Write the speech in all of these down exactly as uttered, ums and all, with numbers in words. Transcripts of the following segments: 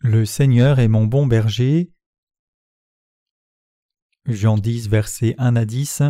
Le Seigneur est mon bon berger. Jean dix, versets un à dix.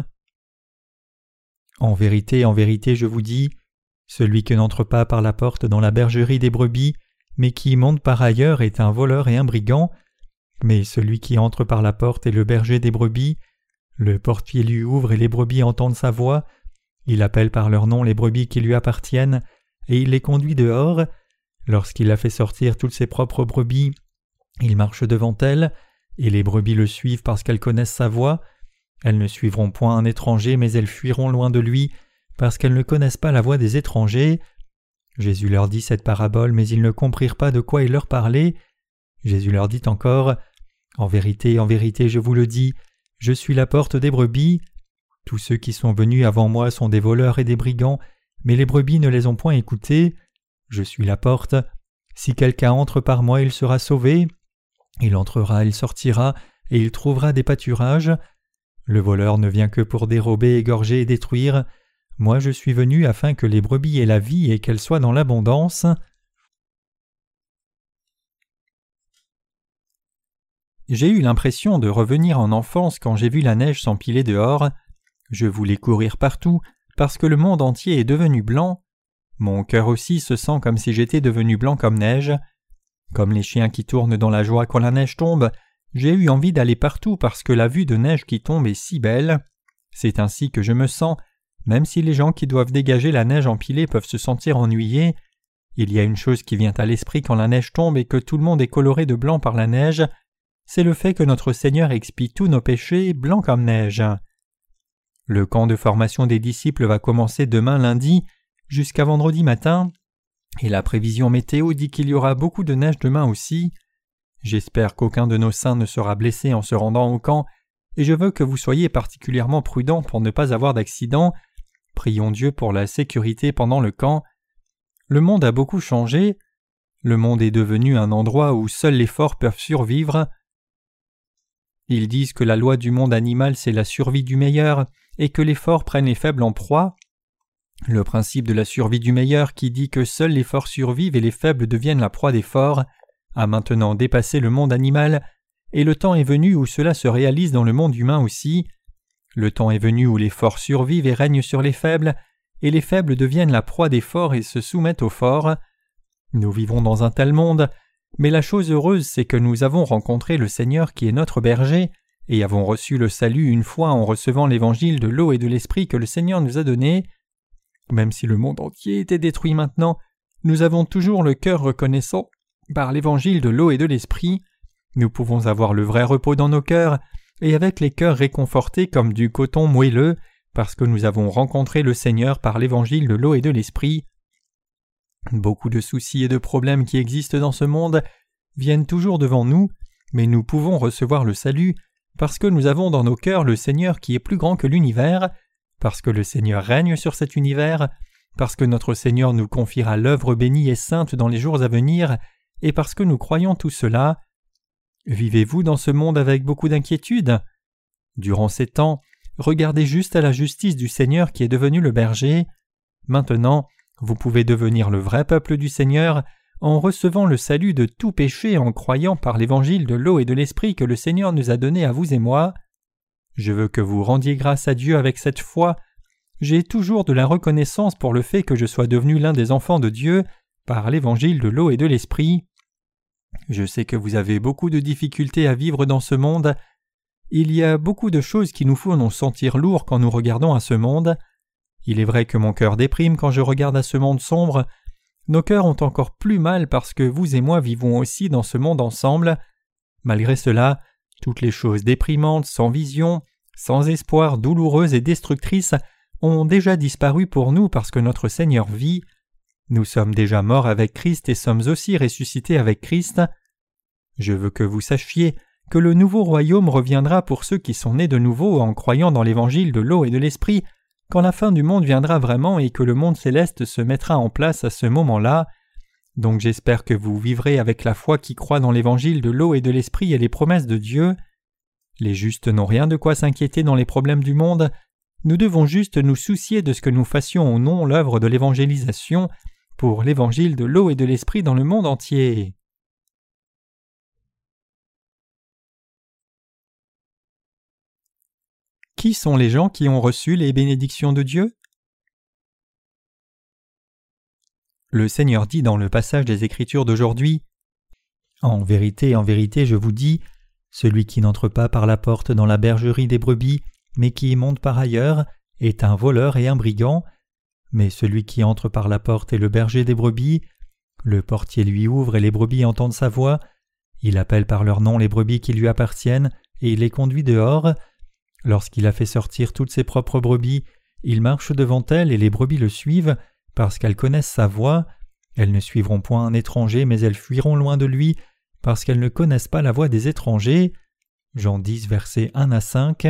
En vérité, en vérité, je vous dis, celui qui n'entre pas par la porte dans la bergerie des brebis, mais qui monte par ailleurs est un voleur et un brigand. Mais celui qui entre par la porte est le berger des brebis. Le portier lui ouvre et les brebis entendent sa voix. Il appelle par leur nom les brebis qui lui appartiennent, et il les conduit dehors. Lorsqu'il a fait sortir toutes ses propres brebis, il marche devant elles, et les brebis le suivent parce qu'elles connaissent sa voix. Elles ne suivront point un étranger, mais elles fuiront loin de lui, parce qu'elles ne connaissent pas la voix des étrangers. Jésus leur dit cette parabole, mais ils ne comprirent pas de quoi il leur parlait. Jésus leur dit encore, « En vérité, en vérité, je vous le dis, je suis la porte des brebis. Tous ceux qui sont venus avant moi sont des voleurs et des brigands, mais les brebis ne les ont point écoutés. Je suis la porte. Si quelqu'un entre par moi, il sera sauvé. Il entrera, il sortira, et il trouvera des pâturages. Le voleur ne vient que pour dérober, égorger et détruire. Moi je suis venu afin que les brebis aient la vie et qu'elles soient dans l'abondance. » J'ai eu l'impression de revenir en enfance quand j'ai vu la neige s'empiler dehors. Je voulais courir partout, parce que le monde entier est devenu blanc. Mon cœur aussi se sent comme si j'étais devenu blanc comme neige. Comme les chiens qui tournent dans la joie quand la neige tombe, j'ai eu envie d'aller partout parce que la vue de neige qui tombe est si belle. C'est ainsi que je me sens, même si les gens qui doivent dégager la neige empilée peuvent se sentir ennuyés. Il y a une chose qui vient à l'esprit quand la neige tombe et que tout le monde est coloré de blanc par la neige, c'est le fait que notre Seigneur expie tous nos péchés blancs comme neige. Le camp de formation des disciples va commencer demain lundi jusqu'à vendredi matin, et la prévision météo dit qu'il y aura beaucoup de neige demain aussi. J'espère qu'aucun de nos saints ne sera blessé en se rendant au camp, et je veux que vous soyez particulièrement prudents pour ne pas avoir d'accident. Prions Dieu pour la sécurité pendant le camp. Le monde a beaucoup changé. Le monde est devenu un endroit où seuls les forts peuvent survivre. Ils disent que la loi du monde animal c'est la survie du meilleur et que les forts prennent les faibles en proie. Le principe de la survie du meilleur qui dit que seuls les forts survivent et les faibles deviennent la proie des forts a maintenant dépassé le monde animal, et le temps est venu où cela se réalise dans le monde humain aussi. Le temps est venu où les forts survivent et règnent sur les faibles, et les faibles deviennent la proie des forts et se soumettent aux forts. Nous vivons dans un tel monde, mais la chose heureuse c'est que nous avons rencontré le Seigneur qui est notre berger, et avons reçu le salut une fois en recevant l'évangile de l'eau et de l'esprit que le Seigneur nous a donné. Même si le monde entier était détruit maintenant, nous avons toujours le cœur reconnaissant par l'évangile de l'eau et de l'esprit. Nous pouvons avoir le vrai repos dans nos cœurs, et avec les cœurs réconfortés comme du coton moelleux, parce que nous avons rencontré le Seigneur par l'évangile de l'eau et de l'esprit. Beaucoup de soucis et de problèmes qui existent dans ce monde viennent toujours devant nous, mais nous pouvons recevoir le salut parce que nous avons dans nos cœurs le Seigneur qui est plus grand que l'univers, parce que le Seigneur règne sur cet univers, parce que notre Seigneur nous confiera l'œuvre bénie et sainte dans les jours à venir, et parce que nous croyons tout cela. Vivez-vous dans ce monde avec beaucoup d'inquiétude? Durant ces temps, regardez juste à la justice du Seigneur qui est devenu le berger. Maintenant, vous pouvez devenir le vrai peuple du Seigneur en recevant le salut de tout péché en croyant par l'évangile de l'eau et de l'esprit que le Seigneur nous a donné à vous et moi. Je veux que vous rendiez grâce à Dieu avec cette foi. J'ai toujours de la reconnaissance pour le fait que je sois devenu l'un des enfants de Dieu par l'évangile de l'eau et de l'esprit. Je sais que vous avez beaucoup de difficultés à vivre dans ce monde. Il y a beaucoup de choses qui nous font nous sentir lourds quand nous regardons à ce monde. Il est vrai que mon cœur déprime quand je regarde à ce monde sombre. Nos cœurs ont encore plus mal parce que vous et moi vivons aussi dans ce monde ensemble. Malgré cela, toutes les choses déprimantes, sans vision, sans espoir, douloureuses et destructrices ont déjà disparu pour nous parce que notre Seigneur vit. Nous sommes déjà morts avec Christ et sommes aussi ressuscités avec Christ. Je veux que vous sachiez que le nouveau royaume reviendra pour ceux qui sont nés de nouveau en croyant dans l'évangile de l'eau et de l'esprit, quand la fin du monde viendra vraiment et que le monde céleste se mettra en place à ce moment-là. Donc j'espère que vous vivrez avec la foi qui croit dans l'évangile de l'eau et de l'esprit et les promesses de Dieu. Les justes n'ont rien de quoi s'inquiéter dans les problèmes du monde. Nous devons juste nous soucier de ce que nous fassions ou non l'œuvre de l'évangélisation pour l'évangile de l'eau et de l'esprit dans le monde entier. Qui sont les gens qui ont reçu les bénédictions de Dieu? Le Seigneur dit dans le passage des Écritures d'aujourd'hui: « En vérité, en vérité, je vous dis, celui qui n'entre pas par la porte dans la bergerie des brebis, mais qui y monte par ailleurs, est un voleur et un brigand. Mais celui qui entre par la porte est le berger des brebis. Le portier lui ouvre et les brebis entendent sa voix. Il appelle par leur nom les brebis qui lui appartiennent et il les conduit dehors. Lorsqu'il a fait sortir toutes ses propres brebis, il marche devant elles et les brebis le suivent parce qu'elles connaissent sa voix. Elles ne suivront point un étranger, mais elles fuiront loin de lui parce qu'elles ne connaissent pas la voix des étrangers. » Jean dix, versets un à cinq.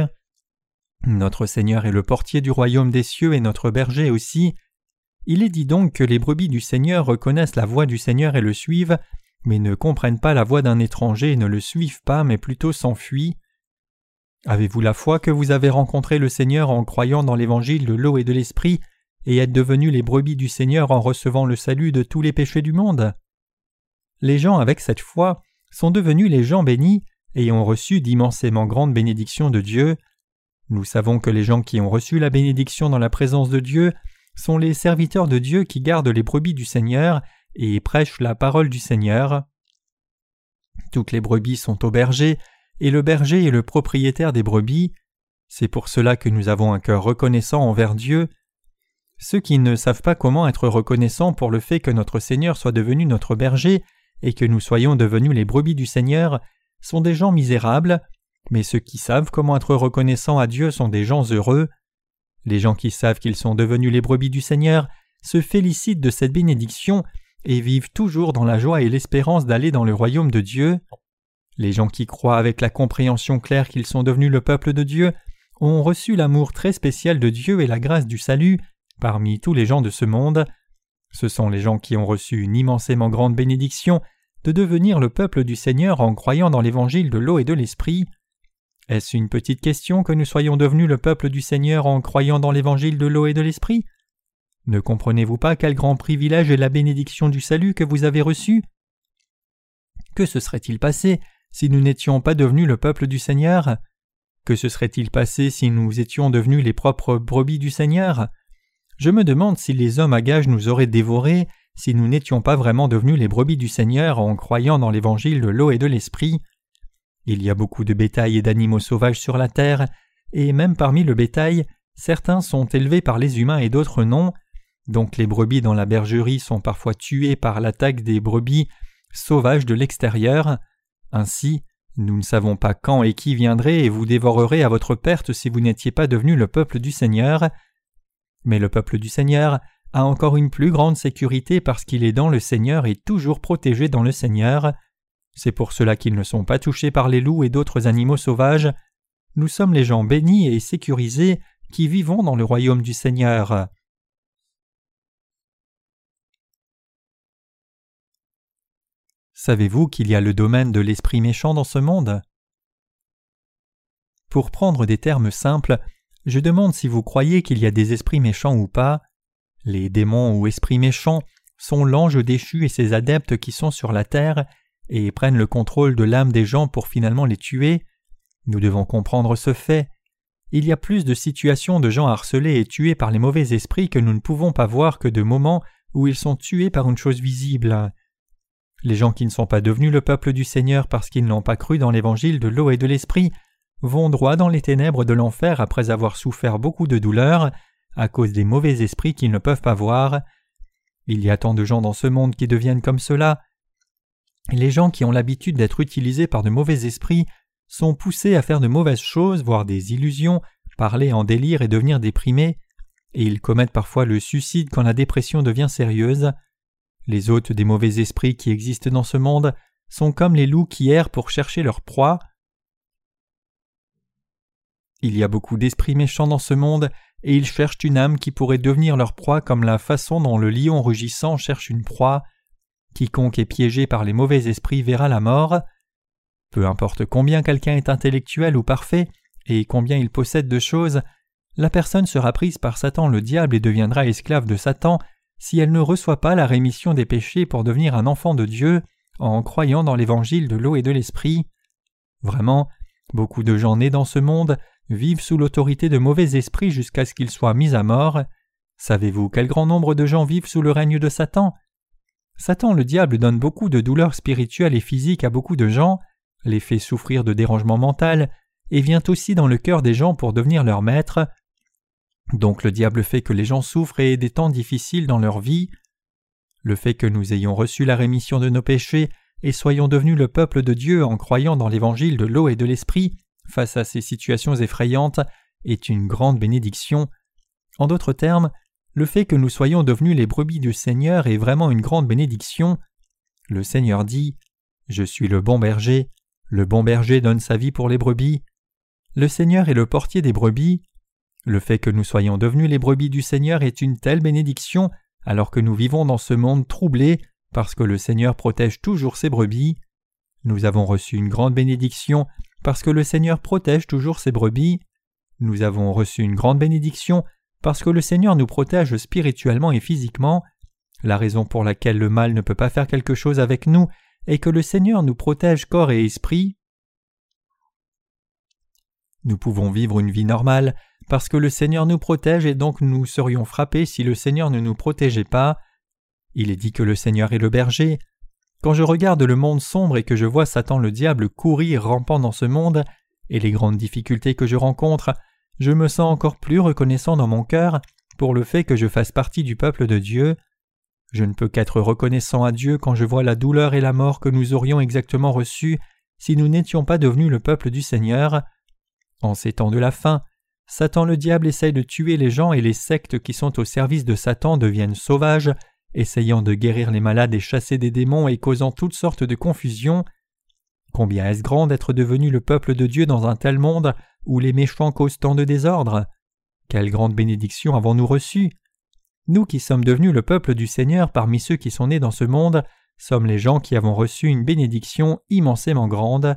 Notre Seigneur est le portier du royaume des cieux et notre berger aussi. Il est dit donc que les brebis du Seigneur reconnaissent la voix du Seigneur et le suivent, mais ne comprennent pas la voix d'un étranger et ne le suivent pas, mais plutôt s'enfuient. Avez-vous la foi que vous avez rencontré le Seigneur en croyant dans l'évangile de l'eau et de l'esprit et êtes devenus les brebis du Seigneur en recevant le salut de tous les péchés du monde? Les gens avec cette foi sont devenus les gens bénis et ont reçu d'immensément grandes bénédictions de Dieu. Nous savons que les gens qui ont reçu la bénédiction dans la présence de Dieu sont les serviteurs de Dieu qui gardent les brebis du Seigneur et prêchent la parole du Seigneur. Toutes les brebis sont au berger, et le berger est le propriétaire des brebis. C'est pour cela que nous avons un cœur reconnaissant envers Dieu. Ceux qui ne savent pas comment être reconnaissants pour le fait que notre Seigneur soit devenu notre berger et que nous soyons devenus les brebis du Seigneur sont des gens misérables. Mais ceux qui savent comment être reconnaissants à Dieu sont des gens heureux. Les gens qui savent qu'ils sont devenus les brebis du Seigneur se félicitent de cette bénédiction et vivent toujours dans la joie et l'espérance d'aller dans le royaume de Dieu. Les gens qui croient avec la compréhension claire qu'ils sont devenus le peuple de Dieu ont reçu l'amour très spécial de Dieu et la grâce du salut parmi tous les gens de ce monde. Ce sont les gens qui ont reçu une immensément grande bénédiction de devenir le peuple du Seigneur en croyant dans l'évangile de l'eau et de l'esprit. Est-ce une petite question que nous soyons devenus le peuple du Seigneur en croyant dans l'évangile de l'eau et de l'esprit? Ne comprenez-vous pas quel grand privilège est la bénédiction du salut que vous avez reçue? Que se serait-il passé si nous n'étions pas devenus le peuple du Seigneur? Que se serait-il passé si nous étions devenus les propres brebis du Seigneur? Je me demande si les hommes à gages nous auraient dévorés si nous n'étions pas vraiment devenus les brebis du Seigneur en croyant dans l'évangile de l'eau et de l'esprit. Il y a beaucoup de bétail et d'animaux sauvages sur la terre, et même parmi le bétail, certains sont élevés par les humains et d'autres non. Donc les brebis dans la bergerie sont parfois tuées par l'attaque des brebis sauvages de l'extérieur. Ainsi, nous ne savons pas quand et qui viendrait et vous dévorerait à votre perte si vous n'étiez pas devenu le peuple du Seigneur. Mais le peuple du Seigneur a encore une plus grande sécurité parce qu'il est dans le Seigneur et toujours protégé dans le Seigneur. C'est pour cela qu'ils ne sont pas touchés par les loups et d'autres animaux sauvages. Nous sommes les gens bénis et sécurisés qui vivons dans le royaume du Seigneur. Savez-vous qu'il y a le domaine de l'esprit méchant dans ce monde? Pour prendre des termes simples, je demande si vous croyez qu'il y a des esprits méchants ou pas. Les démons ou esprits méchants sont l'ange déchu et ses adeptes qui sont sur la terre et prennent le contrôle de l'âme des gens pour finalement les tuer. Nous devons comprendre ce fait. Il y a plus de situations de gens harcelés et tués par les mauvais esprits que nous ne pouvons pas voir que de moments où ils sont tués par une chose visible. Les gens qui ne sont pas devenus le peuple du Seigneur parce qu'ils n'ont pas cru dans l'évangile de l'eau et de l'esprit vont droit dans les ténèbres de l'enfer après avoir souffert beaucoup de douleurs à cause des mauvais esprits qu'ils ne peuvent pas voir. Il y a tant de gens dans ce monde qui deviennent comme cela. Les gens qui ont l'habitude d'être utilisés par de mauvais esprits sont poussés à faire de mauvaises choses, voire des illusions, parler en délire et devenir déprimés, et ils commettent parfois le suicide quand la dépression devient sérieuse. Les hôtes des mauvais esprits qui existent dans ce monde sont comme les loups qui errent pour chercher leur proie. Il y a beaucoup d'esprits méchants dans ce monde, et ils cherchent une âme qui pourrait devenir leur proie comme la façon dont le lion rugissant cherche une proie. Quiconque est piégé par les mauvais esprits verra la mort. Peu importe combien quelqu'un est intellectuel ou parfait, et combien il possède de choses, la personne sera prise par Satan le diable et deviendra esclave de Satan si elle ne reçoit pas la rémission des péchés pour devenir un enfant de Dieu en croyant dans l'évangile de l'eau et de l'esprit. Vraiment, beaucoup de gens nés dans ce monde vivent sous l'autorité de mauvais esprits jusqu'à ce qu'ils soient mis à mort. Savez-vous quel grand nombre de gens vivent sous le règne de Satan ? Satan, le diable, donne beaucoup de douleurs spirituelles et physiques à beaucoup de gens, les fait souffrir de dérangements mentaux, et vient aussi dans le cœur des gens pour devenir leur maître. Donc le diable fait que les gens souffrent et aient des temps difficiles dans leur vie. Le fait que nous ayons reçu la rémission de nos péchés et soyons devenus le peuple de Dieu en croyant dans l'évangile de l'eau et de l'esprit face à ces situations effrayantes est une grande bénédiction. En d'autres termes, le fait que nous soyons devenus les brebis du Seigneur est vraiment une grande bénédiction. Le Seigneur dit « Je suis le bon berger, le bon berger donne sa vie pour les brebis ». Le Seigneur est le portier des brebis. Le fait que nous soyons devenus les brebis du Seigneur est une telle bénédiction alors que nous vivons dans ce monde troublé parce que le Seigneur protège toujours ses brebis. Nous avons reçu une grande bénédiction parce que le Seigneur protège toujours ses brebis. Nous avons reçu une grande bénédiction parce que le Seigneur nous protège spirituellement et physiquement. La raison pour laquelle le mal ne peut pas faire quelque chose avec nous est que le Seigneur nous protège corps et esprit. Nous pouvons vivre une vie normale parce que le Seigneur nous protège et donc nous serions frappés si le Seigneur ne nous protégeait pas. Il est dit que le Seigneur est le berger. Quand je regarde le monde sombre et que je vois Satan le diable courir rampant dans ce monde et les grandes difficultés que je rencontre, je me sens encore plus reconnaissant dans mon cœur pour le fait que je fasse partie du peuple de Dieu. Je ne peux qu'être reconnaissant à Dieu quand je vois la douleur et la mort que nous aurions exactement reçues si nous n'étions pas devenus le peuple du Seigneur. En ces temps de la fin, Satan le diable essaye de tuer les gens et les sectes qui sont au service de Satan deviennent sauvages, essayant de guérir les malades et chasser des démons et causant toutes sortes de confusion. Combien est-ce grand d'être devenu le peuple de Dieu dans un tel monde où les méchants causent tant de désordre? Quelle grande bénédiction avons-nous reçue? Nous qui sommes devenus le peuple du Seigneur parmi ceux qui sont nés dans ce monde, sommes les gens qui avons reçu une bénédiction immensément grande.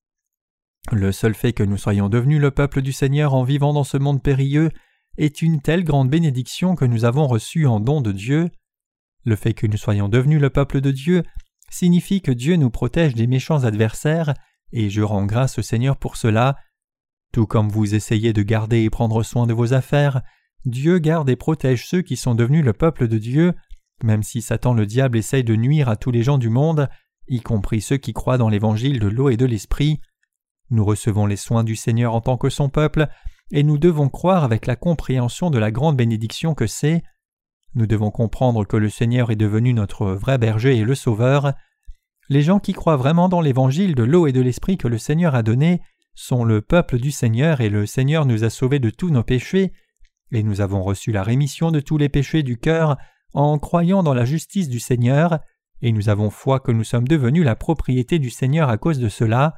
Le seul fait que nous soyons devenus le peuple du Seigneur en vivant dans ce monde périlleux est une telle grande bénédiction que nous avons reçue en don de Dieu. Le fait que nous soyons devenus le peuple de Dieu signifie que Dieu nous protège des méchants adversaires, et je rends grâce au Seigneur pour cela. Tout comme vous essayez de garder et prendre soin de vos affaires, Dieu garde et protège ceux qui sont devenus le peuple de Dieu, même si Satan le diable essaye de nuire à tous les gens du monde, y compris ceux qui croient dans l'évangile de l'eau et de l'esprit. Nous recevons les soins du Seigneur en tant que son peuple, et nous devons croire avec la compréhension de la grande bénédiction que c'est. Nous devons comprendre que le Seigneur est devenu notre vrai berger et le Sauveur. Les gens qui croient vraiment dans l'évangile de l'eau et de l'esprit que le Seigneur a donné sont le peuple du Seigneur et le Seigneur nous a sauvés de tous nos péchés, et nous avons reçu la rémission de tous les péchés du cœur en croyant dans la justice du Seigneur, et nous avons foi que nous sommes devenus la propriété du Seigneur à cause de cela.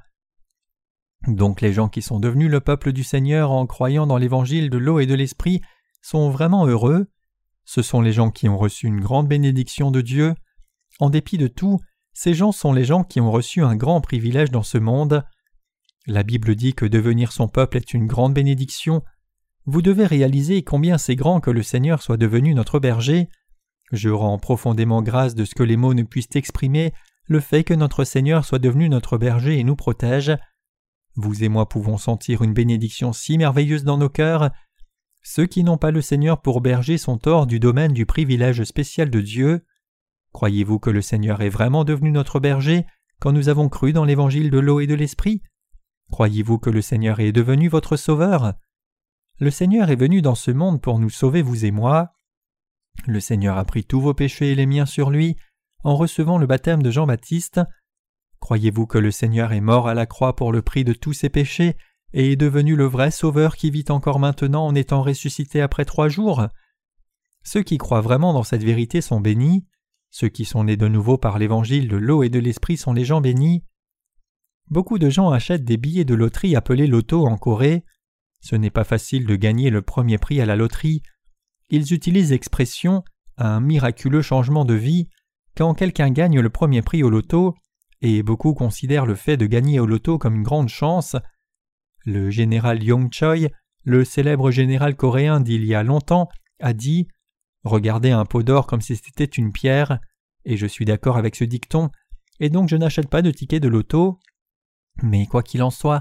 Donc les gens qui sont devenus le peuple du Seigneur en croyant dans l'évangile de l'eau et de l'esprit sont vraiment heureux. Ce sont les gens qui ont reçu une grande bénédiction de Dieu. En dépit de tout, ces gens sont les gens qui ont reçu un grand privilège dans ce monde. La Bible dit que devenir son peuple est une grande bénédiction. Vous devez réaliser combien c'est grand que le Seigneur soit devenu notre berger. Je rends profondément grâce de ce que les mots ne puissent exprimer le fait que notre Seigneur soit devenu notre berger et nous protège. Vous et moi pouvons sentir une bénédiction si merveilleuse dans nos cœurs. Ceux qui n'ont pas le Seigneur pour berger sont hors du domaine du privilège spécial de Dieu. Croyez-vous que le Seigneur est vraiment devenu notre berger quand nous avons cru dans l'évangile de l'eau et de l'esprit? Croyez-vous que le Seigneur est devenu votre Sauveur? Le Seigneur est venu dans ce monde pour nous sauver, vous et moi. Le Seigneur a pris tous vos péchés et les miens sur lui en recevant le baptême de Jean-Baptiste. Croyez-vous que le Seigneur est mort à la croix pour le prix de tous ses péchés et est devenu le vrai Sauveur qui vit encore maintenant en étant ressuscité après trois jours? Ceux qui croient vraiment dans cette vérité sont bénis. Ceux qui sont nés de nouveau par l'évangile de l'eau et de l'esprit sont les gens bénis. Beaucoup de gens achètent des billets de loterie appelés loto en Corée. Ce n'est pas facile de gagner le premier prix à la loterie. Ils utilisent l'expression « un miraculeux changement de vie » quand quelqu'un gagne le premier prix au loto, et beaucoup considèrent le fait de gagner au loto comme une grande chance. Le général Yong Choi, le célèbre général coréen d'il y a longtemps, a dit « Regardez un pot d'or comme si c'était une pierre », et je suis d'accord avec ce dicton, et donc je n'achète pas de tickets de loto. Mais quoi qu'il en soit,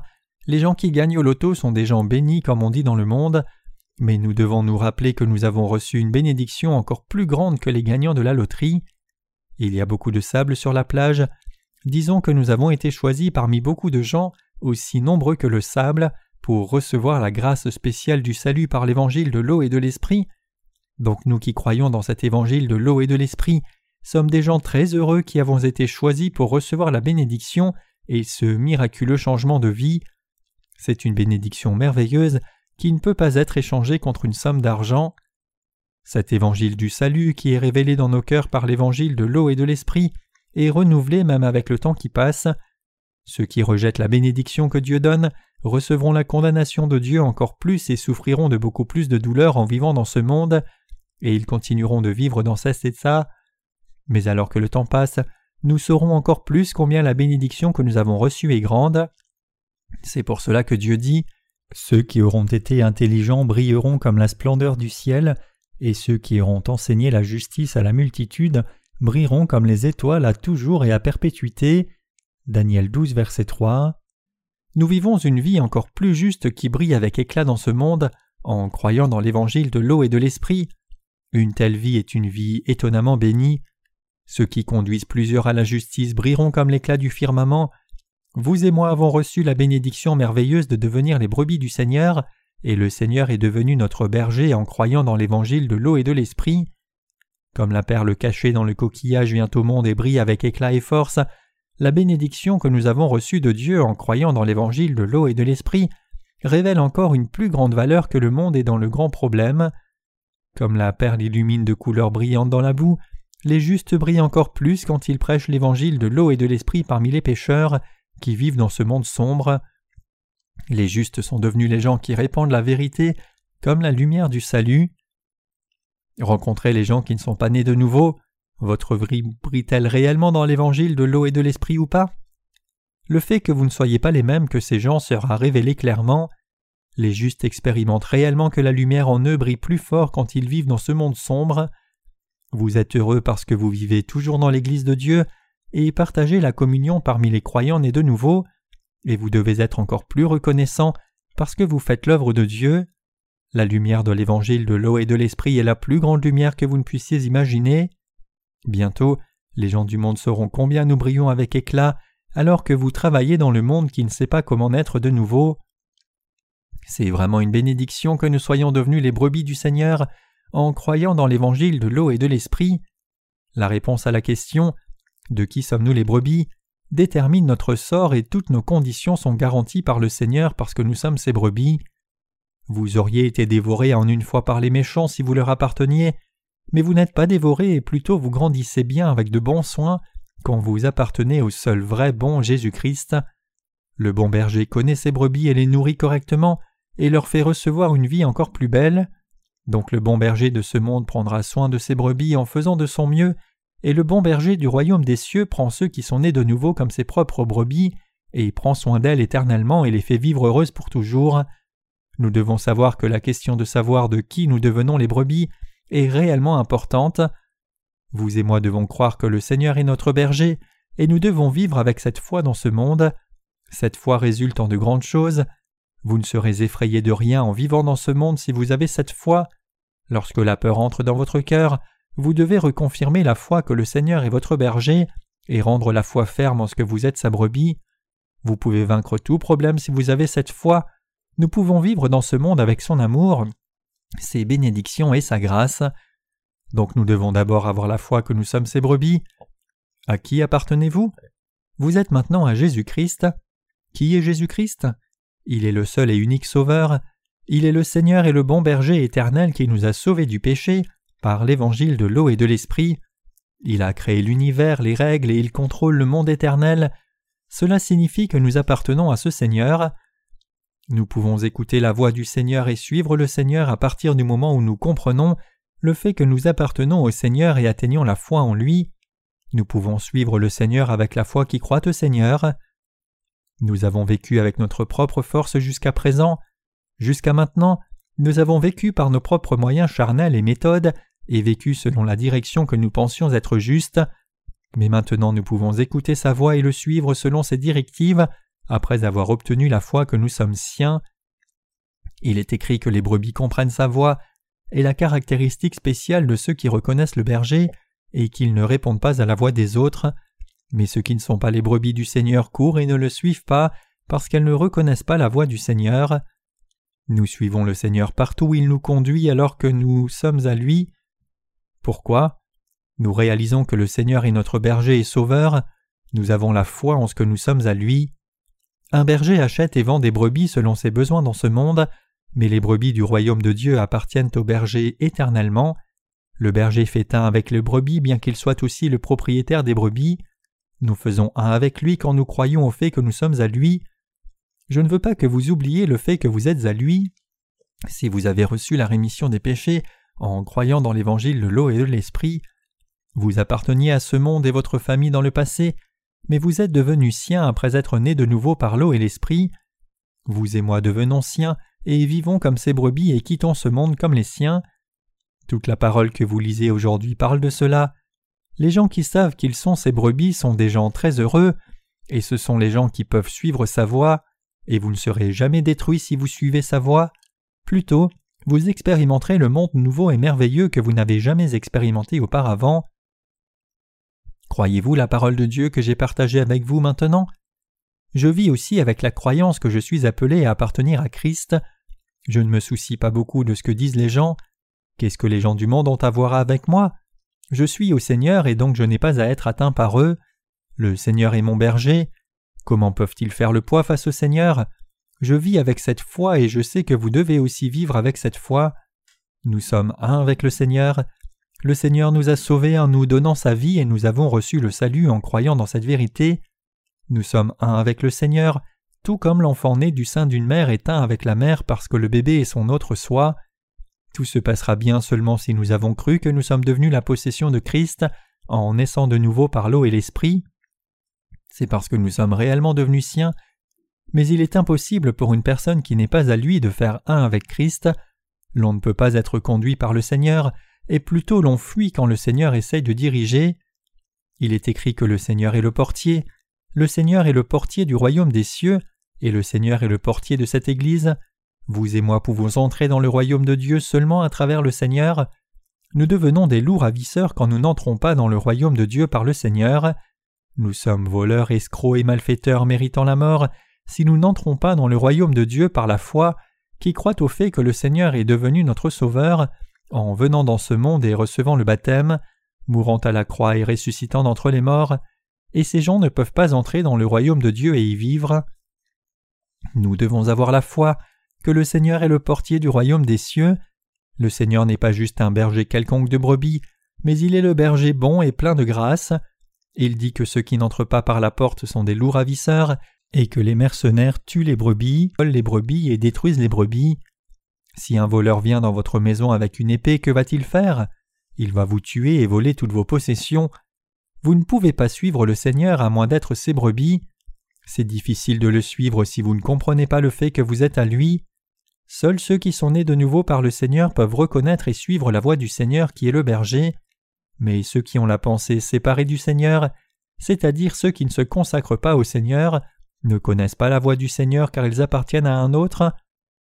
Les gens qui gagnent au loto sont des gens bénis comme on dit dans le monde, mais nous devons nous rappeler que nous avons reçu une bénédiction encore plus grande que les gagnants de la loterie. Il y a beaucoup de sable sur la plage. Disons que nous avons été choisis parmi beaucoup de gens, aussi nombreux que le sable, pour recevoir la grâce spéciale du salut par l'évangile de l'eau et de l'esprit. Donc nous qui croyons dans cet évangile de l'eau et de l'esprit, sommes des gens très heureux qui avons été choisis pour recevoir la bénédiction et ce miraculeux changement de vie. C'est une bénédiction merveilleuse qui ne peut pas être échangée contre une somme d'argent. Cet évangile du salut qui est révélé dans nos cœurs par l'évangile de l'eau et de l'esprit est renouvelé même avec le temps qui passe. Ceux qui rejettent la bénédiction que Dieu donne recevront la condamnation de Dieu encore plus et souffriront de beaucoup plus de douleur en vivant dans ce monde, et ils continueront de vivre dans cet état. Mais alors que le temps passe, nous saurons encore plus combien la bénédiction que nous avons reçue est grande. C'est pour cela que Dieu dit « Ceux qui auront été intelligents brilleront comme la splendeur du ciel, et ceux qui auront enseigné la justice à la multitude brilleront comme les étoiles à toujours et à perpétuité. » Daniel douze, verset trois. Nous vivons une vie encore plus juste qui brille avec éclat dans ce monde en croyant dans l'évangile de l'eau et de l'esprit. Une telle vie est une vie étonnamment bénie. Ceux qui conduisent plusieurs à la justice brilleront comme l'éclat du firmament. Vous et moi avons reçu la bénédiction merveilleuse de devenir les brebis du Seigneur, et le Seigneur est devenu notre berger en croyant dans l'évangile de l'eau et de l'esprit. Comme la perle cachée dans le coquillage vient au monde et brille avec éclat et force, la bénédiction que nous avons reçue de Dieu en croyant dans l'évangile de l'eau et de l'esprit révèle encore une plus grande valeur que le monde est dans le grand problème. Comme la perle illumine de couleurs brillantes dans la boue, les justes brillent encore plus quand ils prêchent l'évangile de l'eau et de l'esprit parmi les pécheurs qui vivent dans ce monde sombre. Les justes sont devenus les gens qui répandent la vérité comme la lumière du salut. Rencontrez les gens qui ne sont pas nés de nouveau. Votre vie brille-t-elle réellement dans l'évangile de l'eau et de l'esprit ou pas? Le fait que vous ne soyez pas les mêmes que ces gens sera révélé clairement. Les justes expérimentent réellement que la lumière en eux brille plus fort quand ils vivent dans ce monde sombre. Vous êtes heureux parce que vous vivez toujours dans l'Église de Dieu et partagez la communion parmi les croyants nés de nouveau, et vous devez être encore plus reconnaissant parce que vous faites l'œuvre de Dieu. La lumière de l'évangile de l'eau et de l'esprit est la plus grande lumière que vous ne puissiez imaginer. Bientôt, les gens du monde sauront combien nous brillons avec éclat alors que vous travaillez dans le monde qui ne sait pas comment naître de nouveau. C'est vraiment une bénédiction que nous soyons devenus les brebis du Seigneur en croyant dans l'évangile de l'eau et de l'esprit. La réponse à la question « De qui sommes-nous les brebis ?» détermine notre sort et toutes nos conditions sont garanties par le Seigneur parce que nous sommes ses brebis. Vous auriez été dévorés en une fois par les méchants si vous leur apparteniez, mais vous n'êtes pas dévorés et plutôt vous grandissez bien avec de bons soins quand vous appartenez au seul vrai bon Jésus-Christ. Le bon berger connaît ses brebis et les nourrit correctement et leur fait recevoir une vie encore plus belle. Donc le bon berger de ce monde prendra soin de ses brebis en faisant de son mieux, et le bon berger du royaume des cieux prend ceux qui sont nés de nouveau comme ses propres brebis, et il prend soin d'elles éternellement et les fait vivre heureuses pour toujours. Nous devons savoir que la question de savoir de qui nous devenons les brebis est réellement importante. Vous et moi devons croire que le Seigneur est notre berger, et nous devons vivre avec cette foi dans ce monde. Cette foi résulte en de grandes choses. Vous ne serez effrayé de rien en vivant dans ce monde si vous avez cette foi. Lorsque la peur entre dans votre cœur, vous devez reconfirmer la foi que le Seigneur est votre berger et rendre la foi ferme en ce que vous êtes sa brebis. Vous pouvez vaincre tout problème si vous avez cette foi. Nous pouvons vivre dans ce monde avec son amour, ses bénédictions et sa grâce. Donc nous devons d'abord avoir la foi que nous sommes ses brebis. À qui appartenez-vous? Vous êtes maintenant à Jésus-Christ. Qui est Jésus-Christ? Il est le seul et unique Sauveur. Il est le Seigneur et le bon berger éternel qui nous a sauvés du péché par l'évangile de l'eau et de l'esprit. Il a créé l'univers, les règles et il contrôle le monde éternel. Cela signifie que nous appartenons à ce Seigneur. Nous pouvons écouter la voix du Seigneur et suivre le Seigneur à partir du moment où nous comprenons le fait que nous appartenons au Seigneur et atteignons la foi en lui. Nous pouvons suivre le Seigneur avec la foi qui croit au Seigneur. Nous avons vécu avec notre propre force jusqu'à présent. Jusqu'à maintenant, nous avons vécu par nos propres moyens charnels et méthodes et vécu selon la direction que nous pensions être juste. Mais maintenant nous pouvons écouter sa voix et le suivre selon ses directives après avoir obtenu la foi que nous sommes siens. Il est écrit que les brebis comprennent sa voix, et la caractéristique spéciale de ceux qui reconnaissent le berger est qu'ils ne répondent pas à la voix des autres, mais ceux qui ne sont pas les brebis du Seigneur courent et ne le suivent pas parce qu'elles ne reconnaissent pas la voix du Seigneur. Nous suivons le Seigneur partout où il nous conduit alors que nous sommes à lui. Pourquoi ? Nous réalisons que le Seigneur est notre berger et sauveur, nous avons la foi en ce que nous sommes à lui. Un berger achète et vend des brebis selon ses besoins dans ce monde, mais les brebis du royaume de Dieu appartiennent au berger éternellement. Le berger fait un avec les brebis bien qu'il soit aussi le propriétaire des brebis. Nous faisons un avec lui quand nous croyons au fait que nous sommes à lui. Je ne veux pas que vous oubliez le fait que vous êtes à lui. Si vous avez reçu la rémission des péchés en croyant dans l'évangile de l'eau et de l'esprit, vous apparteniez à ce monde et votre famille dans le passé, mais vous êtes devenus siens après être nés de nouveau par l'eau et l'esprit. Vous et moi devenons siens et vivons comme ces brebis et quittons ce monde comme les siens. Toute la parole que vous lisez aujourd'hui parle de cela. Les gens qui savent qu'ils sont ces brebis sont des gens très heureux, et ce sont les gens qui peuvent suivre sa voie, et vous ne serez jamais détruits si vous suivez sa voie. Plutôt, vous expérimenterez le monde nouveau et merveilleux que vous n'avez jamais expérimenté auparavant. Croyez-vous la parole de Dieu que j'ai partagée avec vous maintenant ? Je vis aussi avec la croyance que je suis appelé à appartenir à Christ. Je ne me soucie pas beaucoup de ce que disent les gens. Qu'est-ce que les gens du monde ont à voir avec moi ? Je suis au Seigneur et donc je n'ai pas à être atteint par eux. Le Seigneur est mon berger. Comment peuvent-ils faire le poids face au Seigneur ? Je vis avec cette foi et je sais que vous devez aussi vivre avec cette foi. Nous sommes un avec le Seigneur. Le Seigneur nous a sauvés en nous donnant sa vie et nous avons reçu le salut en croyant dans cette vérité. Nous sommes un avec le Seigneur, tout comme l'enfant né du sein d'une mère est un avec la mère parce que le bébé est son autre soi. Tout se passera bien seulement si nous avons cru que nous sommes devenus la possession de Christ en naissant de nouveau par l'eau et l'esprit. C'est parce que nous sommes réellement devenus siens, mais il est impossible pour une personne qui n'est pas à lui de faire un avec Christ. L'on ne peut pas être conduit par le Seigneur, et plutôt l'on fuit quand le Seigneur essaye de diriger. Il est écrit que le Seigneur est le portier. Le Seigneur est le portier du royaume des cieux, et le Seigneur est le portier de cette Église. Vous et moi pouvons entrer dans le royaume de Dieu seulement à travers le Seigneur. Nous devenons des loups ravisseurs quand nous n'entrons pas dans le royaume de Dieu par le Seigneur. Nous sommes voleurs, escrocs et malfaiteurs méritant la mort si nous n'entrons pas dans le royaume de Dieu par la foi, qui croit au fait que le Seigneur est devenu notre Sauveur, en venant dans ce monde et recevant le baptême, mourant à la croix et ressuscitant d'entre les morts, et ces gens ne peuvent pas entrer dans le royaume de Dieu et y vivre. Nous devons avoir la foi que le Seigneur est le portier du royaume des cieux. Le Seigneur n'est pas juste un berger quelconque de brebis, mais il est le berger bon et plein de grâce. Il dit que ceux qui n'entrent pas par la porte sont des loups ravisseurs, et que les mercenaires tuent les brebis, volent les brebis et détruisent les brebis. Si un voleur vient dans votre maison avec une épée, que va-t-il faire ? Il va vous tuer et voler toutes vos possessions. Vous ne pouvez pas suivre le Seigneur à moins d'être ses brebis. C'est difficile de le suivre si vous ne comprenez pas le fait que vous êtes à lui. Seuls ceux qui sont nés de nouveau par le Seigneur peuvent reconnaître et suivre la voie du Seigneur qui est le berger. Mais ceux qui ont la pensée séparée du Seigneur, c'est-à-dire ceux qui ne se consacrent pas au Seigneur, ne connaissent pas la voie du Seigneur car ils appartiennent à un autre.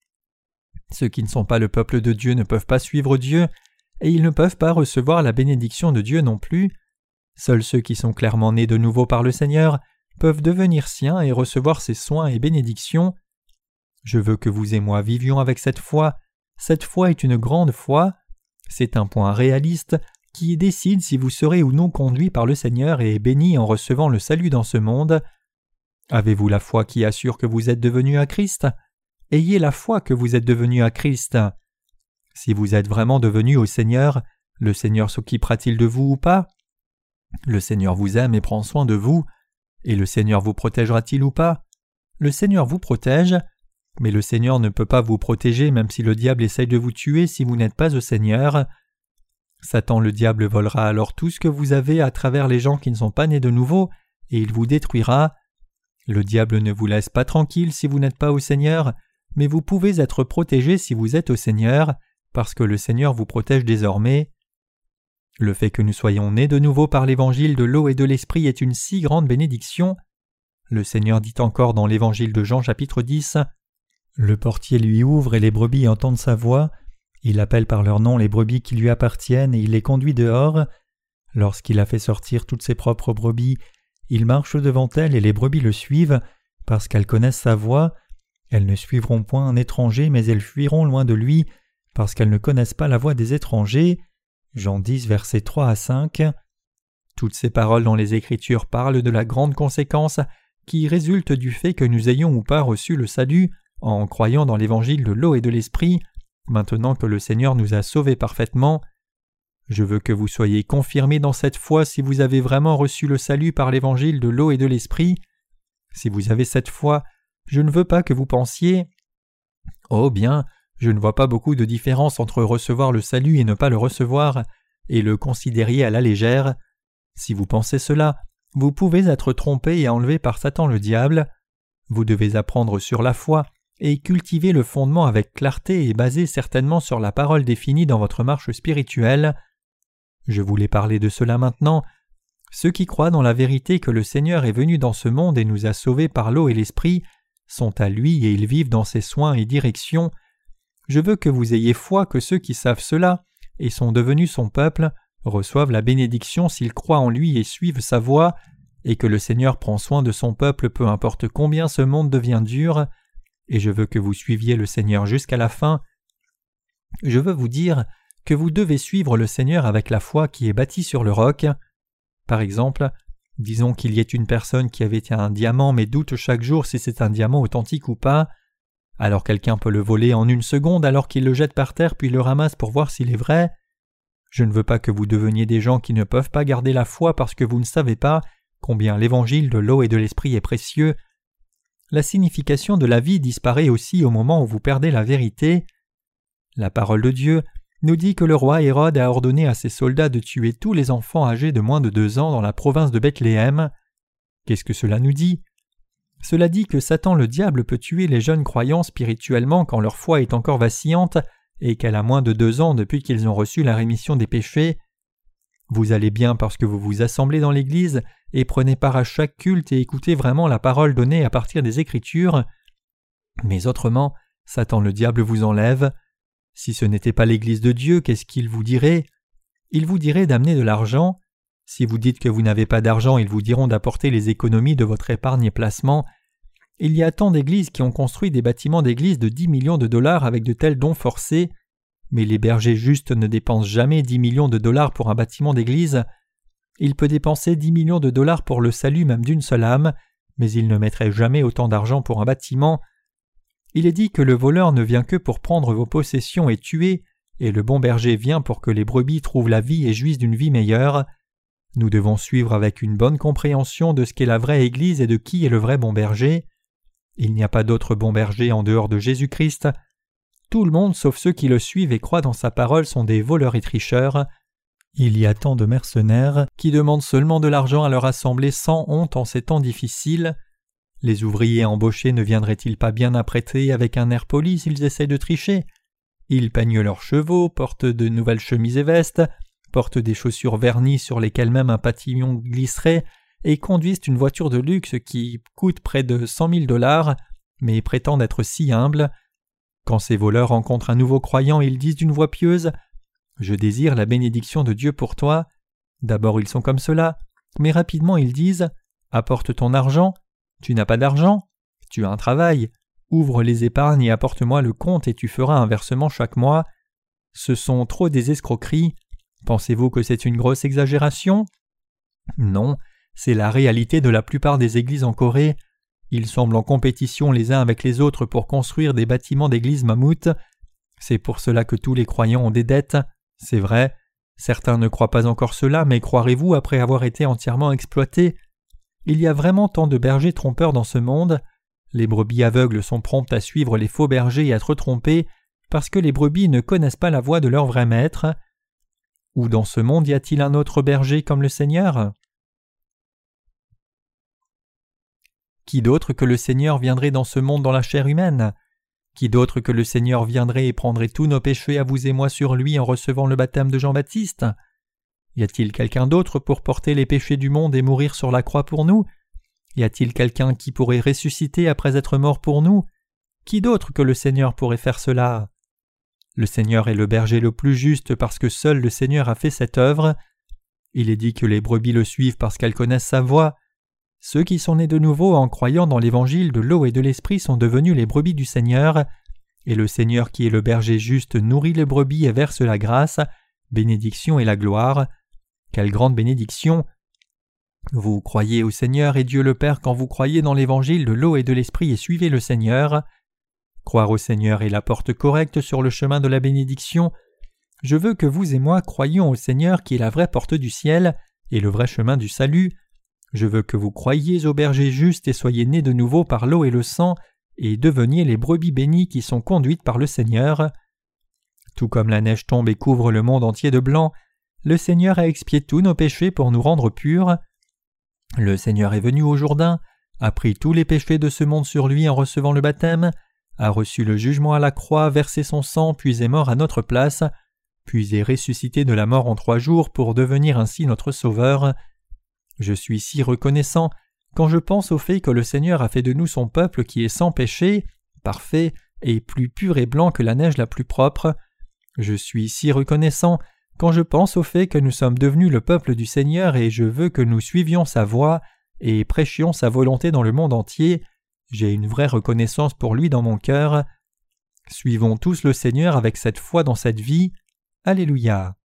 Ceux qui ne sont pas le peuple de Dieu ne peuvent pas suivre Dieu, et ils ne peuvent pas recevoir la bénédiction de Dieu non plus. Seuls ceux qui sont clairement nés de nouveau par le Seigneur peuvent devenir siens et recevoir ses soins et bénédictions. Je veux que vous et moi vivions avec cette foi. Cette foi est une grande foi. C'est un point réaliste qui décide si vous serez ou non conduit par le Seigneur et béni en recevant le salut dans ce monde. Avez-vous la foi qui assure que vous êtes devenu à Christ ? Ayez la foi que vous êtes devenu à Christ. Si vous êtes vraiment devenu au Seigneur, le Seigneur s'occupera-t-il de vous ou pas ? Le Seigneur vous aime et prend soin de vous. Et le Seigneur vous protégera-t-il ou pas ? Le Seigneur vous protège, mais le Seigneur ne peut pas vous protéger même si le diable essaye de vous tuer si vous n'êtes pas au Seigneur. Satan le diable volera alors tout ce que vous avez à travers les gens qui ne sont pas nés de nouveau, et il vous détruira. Le diable ne vous laisse pas tranquille si vous n'êtes pas au Seigneur, mais vous pouvez être protégé si vous êtes au Seigneur, parce que le Seigneur vous protège désormais. Le fait que nous soyons nés de nouveau par l'évangile de l'eau et de l'esprit est une si grande bénédiction. Le Seigneur dit encore dans l'Évangile de Jean chapitre dix, « Le portier lui ouvre et les brebis entendent sa voix. Il appelle par leur nom les brebis qui lui appartiennent et il les conduit dehors. Lorsqu'il a fait sortir toutes ses propres brebis, il marche devant elles et les brebis le suivent, parce qu'elles connaissent sa voix. Elles ne suivront point un étranger, mais elles fuiront loin de lui, parce qu'elles ne connaissent pas la voix des étrangers. » Jean dix, versets trois à cinq. Toutes ces paroles dans les Écritures parlent de la grande conséquence qui résulte du fait que nous ayons ou pas reçu le salut en croyant dans l'Évangile de l'eau et de l'Esprit, maintenant que le Seigneur nous a sauvés parfaitement. Je veux que vous soyez confirmés dans cette foi si vous avez vraiment reçu le salut par l'Évangile de l'eau et de l'Esprit. Si vous avez cette foi, je ne veux pas que vous pensiez « Oh bien, je ne vois pas beaucoup de différence entre recevoir le salut et ne pas le recevoir, et le considériez à la légère. » Si vous pensez cela, vous pouvez être trompé et enlevé par Satan le diable. Vous devez apprendre sur la foi et cultiver le fondement avec clarté et basé certainement sur la parole définie dans votre marche spirituelle. Je voulais parler de cela maintenant. Ceux qui croient dans la vérité que le Seigneur est venu dans ce monde et nous a sauvés par l'eau et l'Esprit sont à lui et ils vivent dans ses soins et directions. Je veux que vous ayez foi que ceux qui savent cela et sont devenus son peuple reçoivent la bénédiction s'ils croient en lui et suivent sa voie, et que le Seigneur prend soin de son peuple peu importe combien ce monde devient dur, et je veux que vous suiviez le Seigneur jusqu'à la fin. Je veux vous dire que vous devez suivre le Seigneur avec la foi qui est bâtie sur le roc. Par exemple, disons qu'il y ait une personne qui avait un diamant mais doute chaque jour si c'est un diamant authentique ou pas. Alors quelqu'un peut le voler en une seconde alors qu'il le jette par terre puis le ramasse pour voir s'il est vrai. Je ne veux pas que vous deveniez des gens qui ne peuvent pas garder la foi parce que vous ne savez pas combien l'évangile de l'eau et de l'esprit est précieux. La signification de la vie disparaît aussi au moment où vous perdez la vérité. La parole de Dieu nous dit que le roi Hérode a ordonné à ses soldats de tuer tous les enfants âgés de moins de deux ans dans la province de Bethléem. Qu'est-ce que cela nous dit ? Cela dit que Satan le diable peut tuer les jeunes croyants spirituellement quand leur foi est encore vacillante et qu'elle a moins de deux ans depuis qu'ils ont reçu la rémission des péchés. Vous allez bien parce que vous vous assemblez dans l'Église et prenez part à chaque culte et écoutez vraiment la parole donnée à partir des Écritures. Mais autrement, Satan le diable vous enlève. Si ce n'était pas l'Église de Dieu, qu'est-ce qu'il vous dirait ? Il vous dirait d'amener de l'argent. Si vous dites que vous n'avez pas d'argent, ils vous diront d'apporter les économies de votre épargne et placement. Il y a tant d'églises qui ont construit des bâtiments d'église de dix millions de dollars avec de tels dons forcés. Mais les bergers justes ne dépensent jamais dix millions de dollars pour un bâtiment d'église. Il peut dépenser dix millions de dollars pour le salut même d'une seule âme, mais il ne mettrait jamais autant d'argent pour un bâtiment. Il est dit que le voleur ne vient que pour prendre vos possessions et tuer, et le bon berger vient pour que les brebis trouvent la vie et jouissent d'une vie meilleure. Nous devons suivre avec une bonne compréhension de ce qu'est la vraie Église et de qui est le vrai bon berger. Il n'y a pas d'autre bon berger en dehors de Jésus-Christ. Tout le monde, sauf ceux qui le suivent et croient dans sa parole, sont des voleurs et tricheurs. Il y a tant de mercenaires qui demandent seulement de l'argent à leur assemblée sans honte en ces temps difficiles. Les ouvriers embauchés ne viendraient-ils pas bien apprêtés avec un air poli s'ils essaient de tricher ? Ils peignent leurs chevaux, portent de nouvelles chemises et vestes, portent des chaussures vernies sur lesquelles même un patillon glisserait, et conduisent une voiture de luxe qui coûte près de cent mille dollars, mais prétendent être si humbles. Quand ces voleurs rencontrent un nouveau croyant, ils disent d'une voix pieuse « Je désire la bénédiction de Dieu pour toi ». D'abord ils sont comme cela, mais rapidement ils disent « Apporte ton argent ». Tu n'as pas d'argent ? Tu as un travail. Ouvre les épargnes et apporte-moi le compte et tu feras un versement chaque mois. Ce sont trop des escroqueries. Pensez-vous que c'est une grosse exagération ? Non, c'est la réalité de la plupart des églises en Corée. Ils semblent en compétition les uns avec les autres pour construire des bâtiments d'églises mammouths. C'est pour cela que tous les croyants ont des dettes. C'est vrai. Certains ne croient pas encore cela, mais croirez-vous après avoir été entièrement exploités ? Il y a vraiment tant de bergers trompeurs dans ce monde. Les brebis aveugles sont promptes à suivre les faux bergers et à être trompés parce que les brebis ne connaissent pas la voix de leur vrai maître. Ou dans ce monde y a-t-il un autre berger comme le Seigneur ? Qui d'autre que le Seigneur viendrait dans ce monde dans la chair humaine ? Qui d'autre que le Seigneur viendrait et prendrait tous nos péchés à vous et moi sur lui en recevant le baptême de Jean-Baptiste ? Y a-t-il quelqu'un d'autre pour porter les péchés du monde et mourir sur la croix pour nous ? Y a-t-il quelqu'un qui pourrait ressusciter après être mort pour nous? Qui d'autre que le Seigneur pourrait faire cela? Le Seigneur est le berger le plus juste parce que seul le Seigneur a fait cette œuvre. Il est dit que les brebis le suivent parce qu'elles connaissent sa voix. Ceux qui sont nés de nouveau en croyant dans l'évangile de l'eau et de l'esprit sont devenus les brebis du Seigneur, et le Seigneur qui est le berger juste nourrit les brebis et verse la grâce, bénédiction et la gloire. Quelle grande bénédiction! Vous croyez au Seigneur et Dieu le Père quand vous croyez dans l'évangile de l'eau et de l'esprit et suivez le Seigneur. Croire au Seigneur est la porte correcte sur le chemin de la bénédiction. Je veux que vous et moi croyions au Seigneur qui est la vraie porte du ciel et le vrai chemin du salut. Je veux que vous croyiez au berger juste et soyez nés de nouveau par l'eau et le sang et deveniez les brebis bénies qui sont conduites par le Seigneur. Tout comme la neige tombe et couvre le monde entier de blanc, le Seigneur a expié tous nos péchés pour nous rendre purs. Le Seigneur est venu au Jourdain, a pris tous les péchés de ce monde sur lui en recevant le baptême, a reçu le jugement à la croix, versé son sang, puis est mort à notre place, puis est ressuscité de la mort en trois jours pour devenir ainsi notre Sauveur. Je suis si reconnaissant quand je pense au fait que le Seigneur a fait de nous son peuple qui est sans péché, parfait et plus pur et blanc que la neige la plus propre. Je suis si reconnaissant quand je pense au fait que nous sommes devenus le peuple du Seigneur et je veux que nous suivions sa voie et prêchions sa volonté dans le monde entier. J'ai une vraie reconnaissance pour lui dans mon cœur. Suivons tous le Seigneur avec cette foi dans cette vie. Alléluia.